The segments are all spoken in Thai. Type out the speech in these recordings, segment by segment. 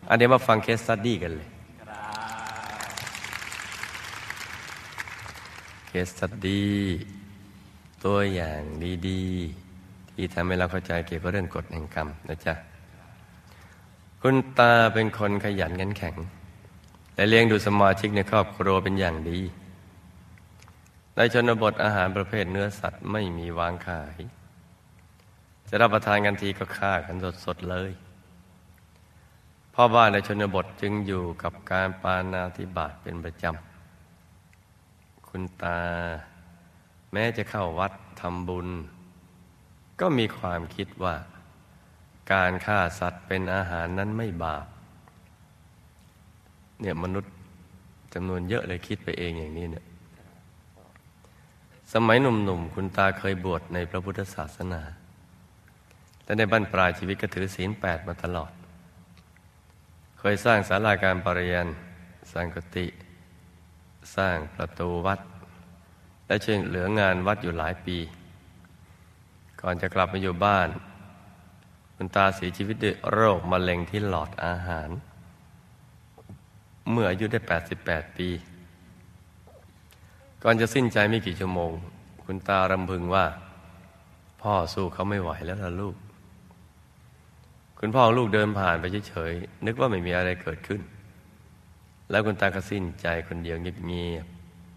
เดี๋ยวมาฟังเคสสตั๊ดดี้กันเลยเคสสตั๊ดดี้ตัวอย่างดีๆที่ทำให้เราเข้าใจเกี่ยวกับเรื่องกฎแห่งกรรมนะจ๊ะคุณตาเป็นคนขยันขันแข็งและเลี้ยงดูสมาชิกในครอบครัวเป็นอย่างดีในชนบทอาหารประเภทเนื้อสัตว์ไม่มีวางขายจะรับประทานกันทีก็ฆ่ากันสดๆเลยพ่อบ้านในชนบทจึงอยู่กับการปาณาติบาตเป็นประจำคุณตาแม้จะเข้าวัดทำบุญก็มีความคิดว่าการฆ่าสัตว์เป็นอาหารนั้นไม่บาปเนี่ยมนุษย์จำนวนเยอะเลยคิดไปเองอย่างนี้เนี่ยสมัยหนุ่มๆคุณตาเคยบวชในพระพุทธศาสนาและในบั้นปลายชีวิตก็ถือศีล 8มาตลอดเคยสร้างศาลาการประเรียนสร้างกุฏิสร้างประตูวัดและช่วยเหลืองานวัดอยู่หลายปีก่อนจะกลับมาอยู่บ้านคุณตาเสียชีวิตด้วยโรคมะเร็งที่หลอดอาหารเมื่ออายุได้88ปีก่อนจะสิ้นใจไม่กี่ชั่วโมงคุณตารำพึงว่าพ่อสู้เขาไม่ไหวแล้วล่ะลูกคุณพ่อลูกเดินผ่านไปเฉยๆนึกว่าไม่มีอะไรเกิดขึ้นแล้วคุณตาก็สิ้นใจคนเดียวเงียบ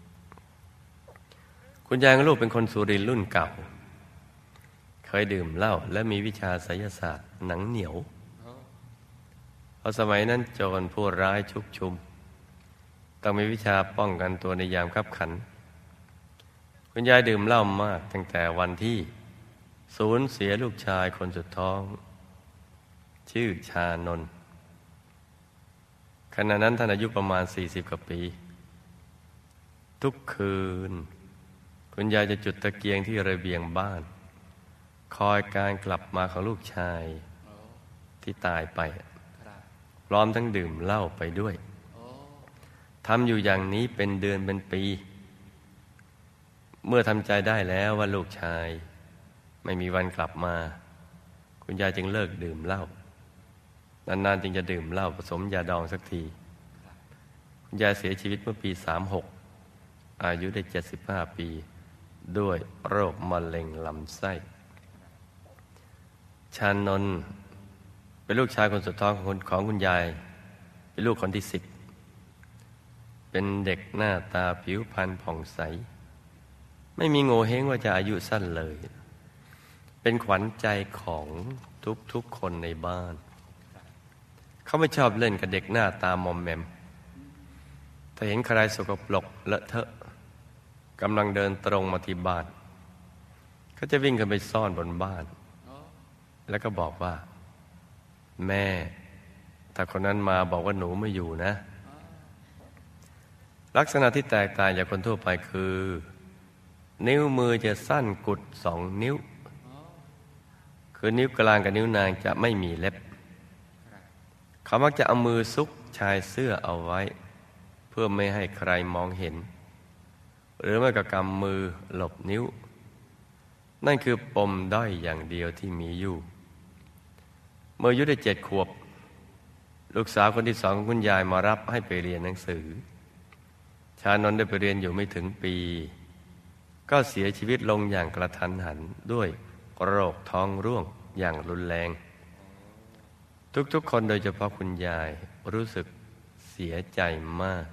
ๆคุณยายของลูกเป็นคนสุรินทร์รุ่นเก่าเคยดื่มเหล้าและมีวิชาไสยศาสตร์หนังเหนียวเพราะสมัยนั้นโจรผู้ร้ายชุกชุมต้องมีวิชาป้องกันตัวในยามคับขันคุณยายดื่มเหล้ามากตั้งแต่วันที่สูญเสียลูกชายคนสุดท้องชื่อชานนท์ขณะนั้นท่านอายุประมาณ40 กว่าปีทุกคืนคุณยายจะจุดตะเกียงที่ระเบียงบ้านคอยการกลับมาของลูกชายที่ตายไปพร้อมทั้งดื่มเหล้าไปด้วยทำอยู่อย่างนี้เป็นเดือนเป็นปีเมื่อทำใจได้แล้วว่าลูกชายไม่มีวันกลับมาคุณยายจึงเลิกดื่มเหล้านานๆจึงจะดื่มเหล้าผสมยาดองสักทีคุณยายเสียชีวิตเมื่อปี36อายุได้75ปีด้วยโรคมะเร็งลำไส้ชานนท์เป็นลูกชายคนสุดท้องของคุณยายเป็นลูกคนที่10เป็นเด็กหน้าตาผิวพรรณผ่องใสไม่มีโง่เฮงว่าจะอายุสั้นเลยเป็นขวัญใจของทุกคนในบ้านเขาไม่ชอบเล่นกับเด็กหน้าตามอมแมมถ้าเห็นใครสกปรกเลอะเทอะกำลังเดินตรงมาที่บ้านเขาจะวิ่งขึ้นไปซ่อนบนบ้านแล้วก็บอกว่าแม่ถ้าคนนั้นมาบอกว่าหนูไม่อยู่นะลักษณะที่แตกต่างจากคนทั่วไปคือนิ้วมือจะสั้นกุด2 นิ้วคือนิ้วกลางกับนิ้วนางจะไม่มีเล็บเขามักจะเอามือซุกชายเสื้อเอาไว้เพื่อไม่ให้ใครมองเห็นหรือไม่ก็กำมือหลบนิ้วนั่นคือปมด้อยอย่างเดียวที่มีอยู่เมื่ออายุได้7 ขวบลูกสาวคนที่2ของคุณยายมารับให้ไปเรียนหนังสือชานนท์ได้ไปเรียนอยู่ไม่ถึงปีก็เสียชีวิตลงอย่างกระทันหันด้วยโรคท้องร่วงอย่างรุนแรงทุกๆคนโดยเฉพาะคุณยายรู้สึกเสียใจมาก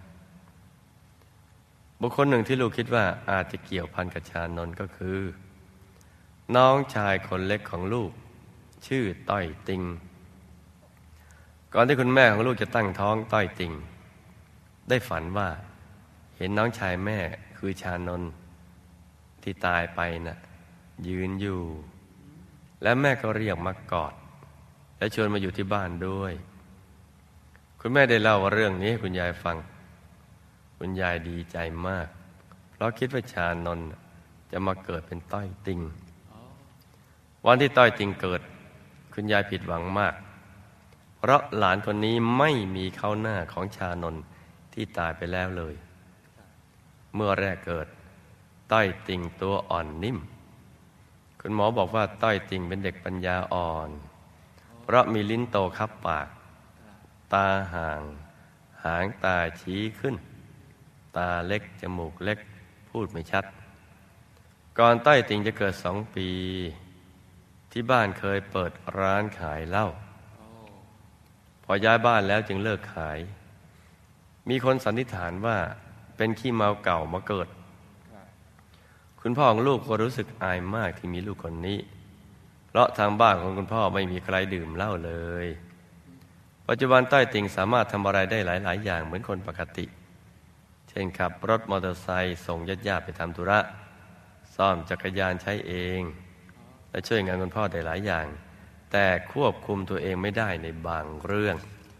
บุคคลหนึ่งที่ลูกคิดว่าอาจจะเกี่ยวพันกับชานนท์ก็คือน้องชายคนเล็กของลูกชื่อต้อยติงก่อนที่คุณแม่ของลูกจะตั้งท้องต้อยติงได้ฝันว่าเห็นน้องชายแม่คือชานนท์ที่ตายไปน่ะยืนอยู่และแม่ก็เรียกมากอดและชวนมาอยู่ที่บ้านด้วยคุณแม่ได้เล่าเรื่องนี้ให้คุณยายฟังคุณยายดีใจมากเพราะคิดว่าชานนท์จะมาเกิดเป็นต้อยติงวันที่ต้อยติงเกิดคุณยายผิดหวังมากเพราะหลานคนนี้ไม่มีเข้าหน้าของชานนท์ที่ตายไปแล้วเลยเมื่อแรกเกิดต้อยติงตัวอ่อนนิ่มคุณหมอบอกว่าต้อยติงเป็นเด็กปัญญาอ่อนเพราะมีลิ้นโตคับปากตาห่างหางตาชี้ขึ้นตาเล็กจมูกเล็กพูดไม่ชัดก่อนต้อยติ่งจะเกิด2 ปีที่บ้านเคยเปิดร้านขายเหล้าพอย้ายบ้านแล้วจึงเลิกขายมีคนสันนิษฐานว่าเป็นขี้เมาเก่ามาเกิดคุณพ่อของลูกก็รู้สึกอายมากที่มีลูกคนนี้เพราะทางบ้านของคุณพ่อไม่มีใครดื่มเหล้าเลยปัจจุบันต้อยติ่งสามารถทำอะไรได้หลายๆอย่างเหมือนคนปกติเช่นขับรถมอเตอร์ไซค์ส่งญาติๆไปทำธุระซ่อมจักรยานใช้เองและช่วยงานคุณพ่อได้หลายอย่างแต่ควบคุมตัวเองไม่ได้ในบางเรื่อง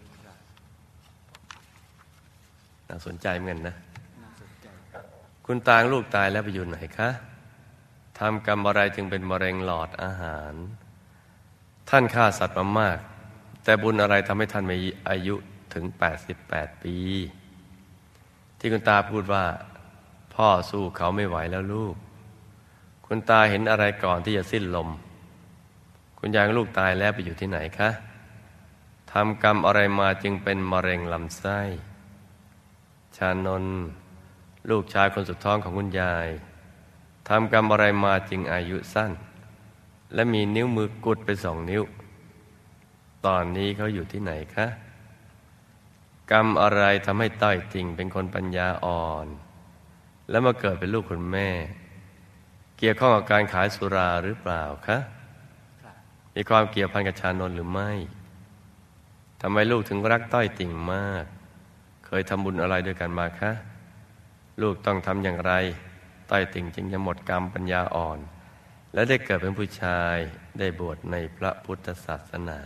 น่าสนใจเหมือนกันนะคุณตาลูกตายแล้วไปอยู่ไหนคะทำกรรมอะไรจึงเป็นมะเร็งหลอดอาหารท่านฆ่าสัตว์มามากแต่บุญอะไรทำให้ท่านมีอายุถึง88 ปีที่คุณตาพูดว่าพ่อสู้เขาไม่ไหวแล้วลูกคุณตาเห็นอะไรก่อนที่จะสิ้นลมคุณยายลูกตายแล้วไปอยู่ที่ไหนคะทำกรรมอะไรมาจึงเป็นมะเร็งลำไส้ชานนท์ลูกชายคนสุดท้องของคุณยายทำกรรมอะไรมาจึงอายุสั้นและมีนิ้วมือกุดไป2 นิ้วตอนนี้เขาอยู่ที่ไหนคะกรรมอะไรทำให้ต้อยติ่งเป็นคนปัญญาอ่อนและมาเกิดเป็นลูกคุณแม่เกี่ยวข้องกับการขายสุราหรือเปล่าคะมีความเกี่ยวพันกับชานนท์หรือไม่ทำไมลูกถึงรักต้อยติ่งมากเคยทำบุญอะไรด้วยกันมาคะลูกต้องทำอย่างไรต้อยติ่งจึงจะหมดกรรมปัญญาอ่อนและได้เกิดเป็นผู้ชายได้บวชในพระพุทธศาสนา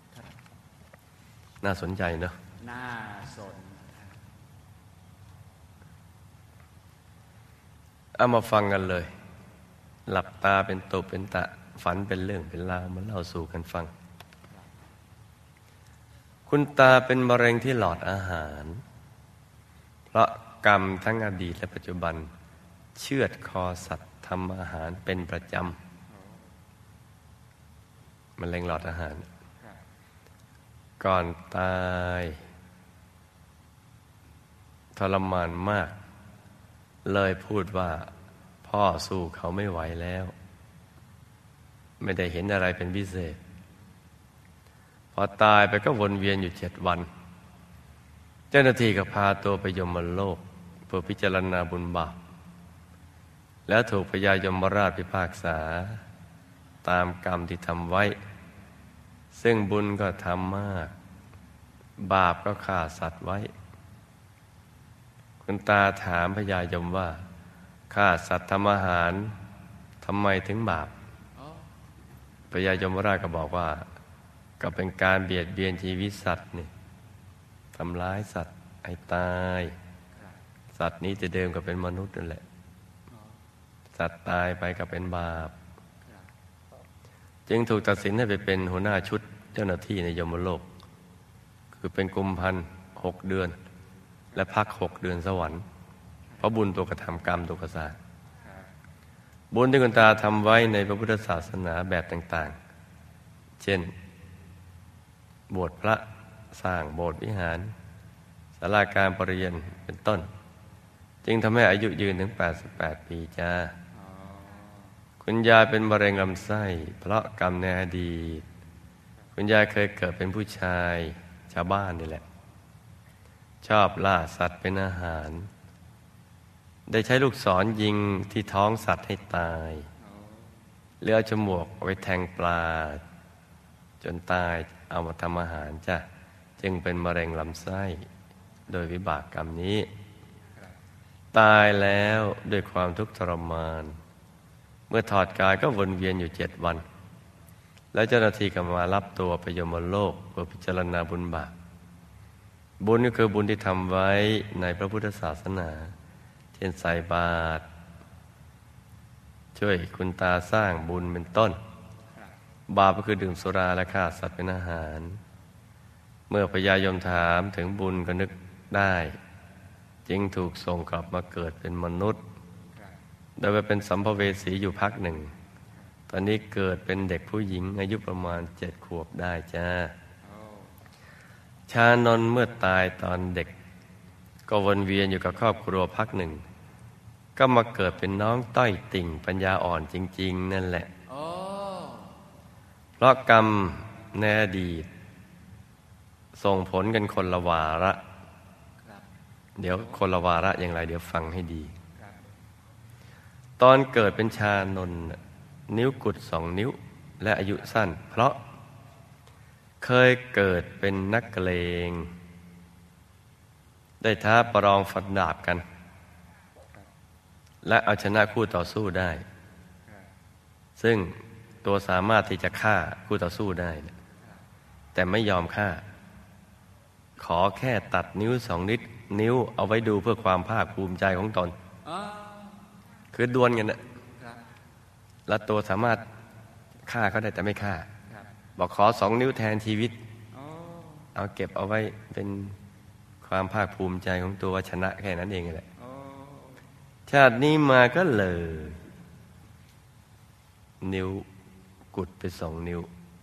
น่าสนใจเนอะน่าสนเอามาฟังกันเลยหลับตาเป็นตุเป็นตะฝันเป็นเรื่องเป็นราวมาเล่าสู่กันฟังคุณตาเป็นมะเร็งที่หลอดอาหารเพราะกรรมทั้งอดีตและปัจจุบันเชือดคอสัตว์ทำอาหารเป็นประจำมะเร็งหลอดอาหารก่อนตายทรมานมากเลยพูดว่าพ่อสู้เขาไม่ไหวแล้วไม่ได้เห็นอะไรเป็นพิเศษพอตายไปก็วนเวียนอยู่7 วันเจ้าหน้าที่ก็พาตัวไปยมโลกเพื่อพิจารณาบุญบาปแล้วถูกพญายมราชพิพากษาตามกรรมที่ทำไว้ซึ่งบุญก็ทำมากบาปก็ฆ่าสัตว์ไว้คุณตาถามพญายมว่าฆ่าสัตว์ทำอาหารทำไมถึงบาปพญายมราชก็บอกว่าก็เป็นการเบียดเบียนชีวิตสัตว์นี่ทำร้ายสัตว์ให้ตายสัตว์นี้จะเดิมก็เป็นมนุษย์นั่นแหละสัตว์ตายไปก็เป็นบาปจึงถูกตัดสินให้ไปเป็นหัวหน้าชุดเจ้าหน้าที่ในยมโลกคือเป็นกุมภัน6 เดือนและพัก6 เดือนสวรรค์เพราะบุญตัวกระทำกรรมตัวกระสาบุญที่คุณตาทำไว้ในพระพุทธศาสนาแบบต่างๆเช่นบวชพระสร้างโบสถ์วิหารศาลาการประเรียนเป็นต้นจึงทำให้อายุยืนถึง88 ปีจ้าคุณยายเป็นมะเร็งลำไส้เพราะกรรมในอดีตคุณยายเคยเกิดเป็นผู้ชายชาวบ้านนี่แหละชอบล่าสัตว์เป็นอาหารได้ใช้ลูกศรยิงที่ท้องสัตว์ให้ตายเลือฉมวกไว้แทงปลาจนตายเอามาทำอาหารจ้ะจึงเป็นมะเร็งลำไส้โดยวิบากกรรมนี้ตายแล้วด้วยความทุกข์ทรมานเมื่อถอดกายก็วนเวียนอยู่7 วันแล้วเจ้าหน้าที่ก็มารับตัวไปยมโลกเพื่อพิจารณาบุญบาปบุญก็คือบุญที่ทำไว้ในพระพุทธศาสนาเช่นใส่บาตรช่วยคุณตาสร้างบุญเป็นต้นบาปก็คือดื่มสุราและฆ่าสัตว์เป็นอาหารเมื่อพญายมถามถึงบุญก็นึกได้จึงถูกส่งกลับมาเกิดเป็นมนุษย์โดยไปเป็นสัมภเวสีอยู่พักหนึ่งตอนนี้เกิดเป็นเด็กผู้หญิงอายุประมาณ7 ขวบได้จ้าชานนท์เมื่อตายตอนเด็กก็วนเวียนอยู่กับครอบครัวพักหนึ่งก็มาเกิดเป็นน้องต้อยติ่งปัญญาอ่อนจริงๆนั่นแหละเพราะกรรมในอดีตส่งผลกันคนละวาระเดี๋ยวคนละวาระอย่างไรเดี๋ยวฟังให้ดีตอนเกิดเป็นชานนท์นิ้วกุด2 นิ้วและอายุสั้นเพราะเคยเกิดเป็นนักเลงได้ท้าประลองฟันดาบกันและเอาชนะคู่ต่อสู้ได้ซึ่งตัวสามารถที่จะฆ่าคู่ต่อสู้ได้แต่ไม่ยอมฆ่าขอแค่ตัดนิ้ว2 นิ้วเอาไว้ดูเพื่อความภาคภูมิใจของตนคือดวลกันนะแล้วตัวสามารถฆ่าเขาได้แต่ไม่ฆ่าบอกขอ2 นิ้วแทนชีวิตเอาเก็บเอาไว้เป็นความภาคภูมิใจของตัวว่าชนะแค่นั้นเองแหละชาตินี้มาก็เลยนิ้วกุดไป2 นิ้ว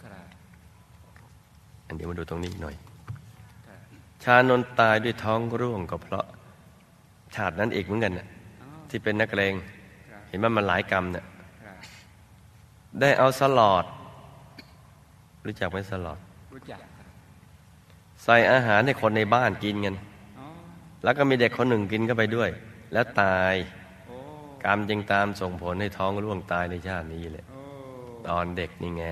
อันเดี๋ยวมาดูตรงนี้หน่อยชานนท์ตายด้วยท้องร่วงก็เพราะชาตินั้นอีกเหมือนกันนะที่เป็นนักเลงเห็นว่ามันหลายกรรมเนี่ยได้เอาสลอดรู้จักไหมสลอดรู้จักใส่อาหารให้คนในบ้านกินกันแล้วก็มีเด็กคนหนึ่งกินเข้าไปด้วยแล้วตายกรรมจึงตามส่งผลให้ท้องร่วงตายในชาตินี้เลยตอนเด็กนี่ไง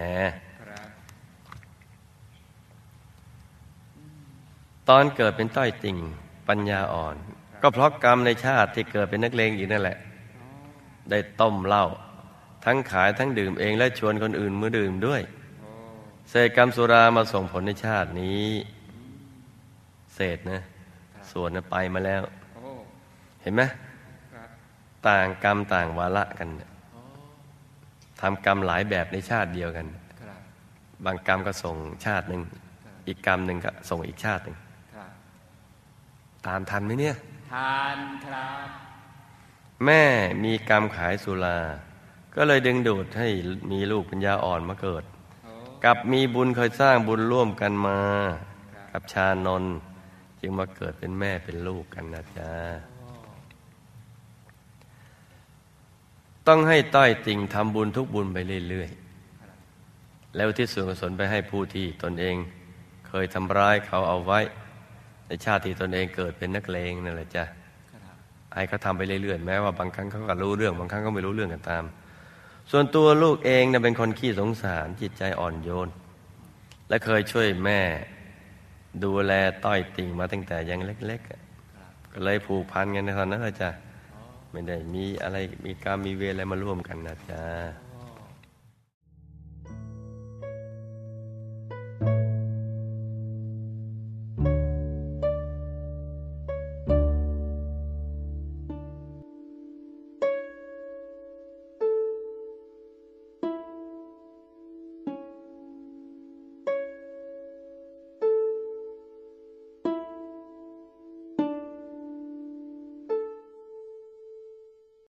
ตอนเกิดเป็นต้อยติ่งปัญญาอ่อนก็เพราะกรรมในชาติที่เกิดเป็นนักเลงอีกนั่นแหละได้ต้มเหล้าทั้งขายทั้งดื่มเองและชวนคนอื่นมาดื่มด้วยเศษกรรมสุรามาส่งผลในชาตินี้เศษนะส่วนไปมาแล้วเห็นไหมต่างกรรมต่างวาระกันทำกรรมหลายแบบในชาติเดียวกันบางกรรมก็ส่งชาติหนึ่งอีกกรรมหนึ่งก็ส่งอีกชาติหนึ่งตามทันไหมเนี่ยทันครับแม่มีกรรมขายสุราก็เลยดึงดูดให้มีลูกปัญญาอ่อนมาเกิดกับมีบุญเคยสร้างบุญร่วมกันมากับชานนท์จึงมาเกิดเป็นแม่เป็นลูกกันนะจ๊ะต้องให้ต้อยติ่งทำบุญทุกบุญไปเรื่อยๆแล้วที่ส่วนกุศลไปให้ผู้ที่ตนเองเคยทำร้ายเขาเอาไว้ในชาติที่ตนเองเกิดเป็นนักเลงนั่นแหละจ้ะให้เขาทำไปเรื่อยๆแม้ว่าบางครั้งเขาก็รู้เรื่องบางครั้งก็ไม่รู้เรื่องกันตามส่วนตัวลูกเองเป็นคนขี้สงสารจิตใจอ่อนโยนและเคยช่วยแม่ดูแลต้อยติ่งมาตั้งแต่ยังเล็กๆก็เลยผูกพันกันในตอนนั้นเลยจ้ะไม่ได้มีอะไรมีกรรมมีเวรอะไรมาร่วมกันนะจ๊ะ